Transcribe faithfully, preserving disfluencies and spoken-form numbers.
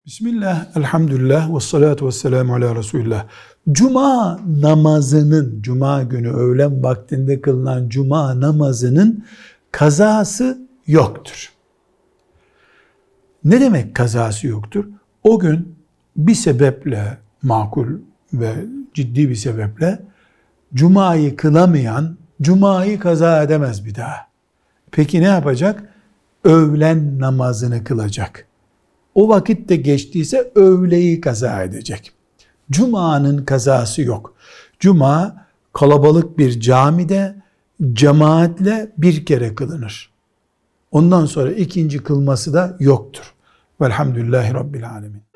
Bismillah, elhamdülillah, ve salatu ve selamu ala Resulillah. Cuma namazının, Cuma günü öğlen vaktinde kılınan Cuma namazının kazası yoktur. Ne demek kazası yoktur? O gün bir sebeple, makul ve ciddi bir sebeple Cuma'yı kılamayan, Cuma'yı kaza edemez bir daha. Peki ne yapacak? Öğlen namazını kılacak. O vakit de geçtiyse öğleyi kaza edecek. Cuma'nın kazası yok. Cuma kalabalık bir camide cemaatle bir kere kılınır. Ondan sonra ikinci kılması da yoktur. Velhamdülillahi Rabbil Alemin.